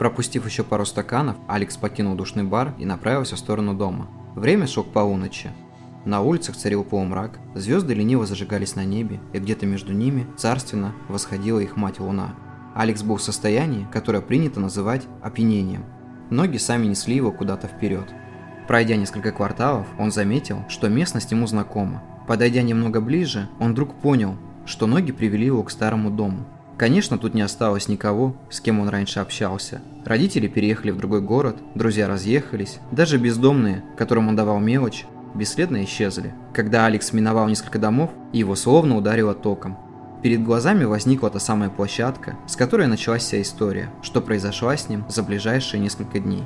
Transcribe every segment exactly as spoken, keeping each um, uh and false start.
Пропустив еще пару стаканов, Алекс покинул душный бар и направился в сторону дома. Время шло к полуночи. На улицах царил полумрак, звезды лениво зажигались на небе, и где-то между ними царственно восходила их мать Луна. Алекс был в состоянии, которое принято называть опьянением. Ноги сами несли его куда-то вперед. Пройдя несколько кварталов, он заметил, что местность ему знакома. Подойдя немного ближе, он вдруг понял, что ноги привели его к старому дому. Конечно, тут не осталось никого, с кем он раньше общался. Родители переехали в другой город, друзья разъехались, даже бездомные, которым он давал мелочь, бесследно исчезли. Когда Алекс миновал несколько домов, его словно ударило током. Перед глазами возникла та самая площадка, с которой началась вся история, что произошла с ним за ближайшие несколько дней.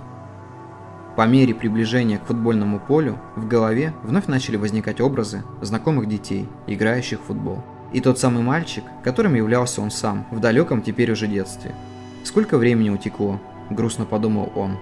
По мере приближения к футбольному полю, в голове вновь начали возникать образы знакомых детей, играющих в футбол. И тот самый мальчик, которым являлся он сам, в далеком теперь уже детстве. Сколько времени утекло, грустно подумал он.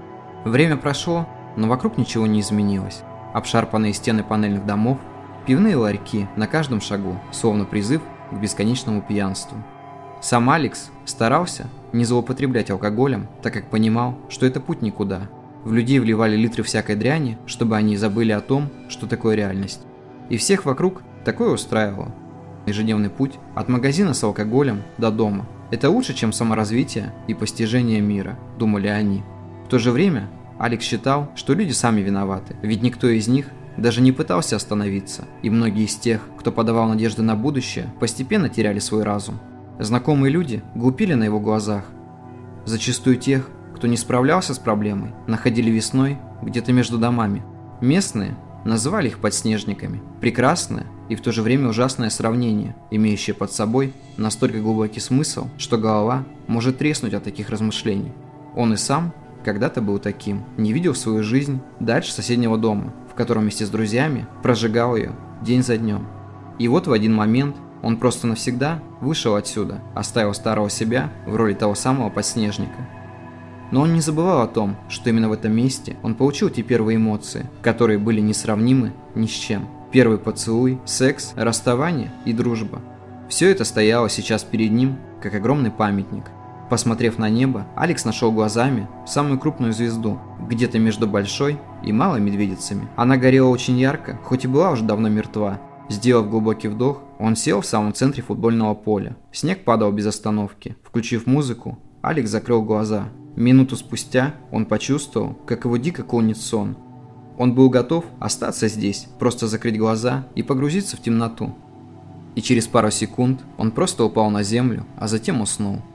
Время прошло, но вокруг ничего не изменилось. Обшарпанные стены панельных домов, пивные ларьки на каждом шагу, словно призыв к бесконечному пьянству. Сам Алекс старался не злоупотреблять алкоголем, так как понимал, что это путь никуда. В людей вливали литры всякой дряни, чтобы они забыли о том, что такое реальность. И всех вокруг такое устраивало. Ежедневный путь от магазина с алкоголем до дома – это лучше, чем саморазвитие и постижение мира, думали они. В то же время Алекс считал, что люди сами виноваты, ведь никто из них даже не пытался остановиться, и многие из тех, кто подавал надежды на будущее, постепенно теряли свой разум. Знакомые люди глупели на его глазах. Зачастую тех, кто не справлялся с проблемой, находили весной где-то между домами. Местные называли их подснежниками. Прекрасное и в то же время ужасное сравнение, имеющее под собой настолько глубокий смысл, что голова может треснуть от таких размышлений. Он и сам когда-то был таким, не видел свою жизнь дальше соседнего дома, в котором вместе с друзьями прожигал ее день за днем. И вот в один момент он просто навсегда вышел отсюда, оставил старого себя в роли того самого подснежника. Но он не забывал о том, что именно в этом месте он получил те первые эмоции, которые были несравнимы ни с чем. Первый поцелуй, секс, расставание и дружба. Все это стояло сейчас перед ним, как огромный памятник. Посмотрев на небо, Алекс нашел глазами самую крупную звезду, где-то между большой и малой медведицами. Она горела очень ярко, хоть и была уже давно мертва. Сделав глубокий вдох, он сел в самом центре футбольного поля. Снег падал без остановки. Включив музыку, Алекс закрыл глаза. Минуту спустя он почувствовал, как его дико клонит сон. Он был готов остаться здесь, просто закрыть глаза и погрузиться в темноту. И через пару секунд он просто упал на землю, а затем уснул.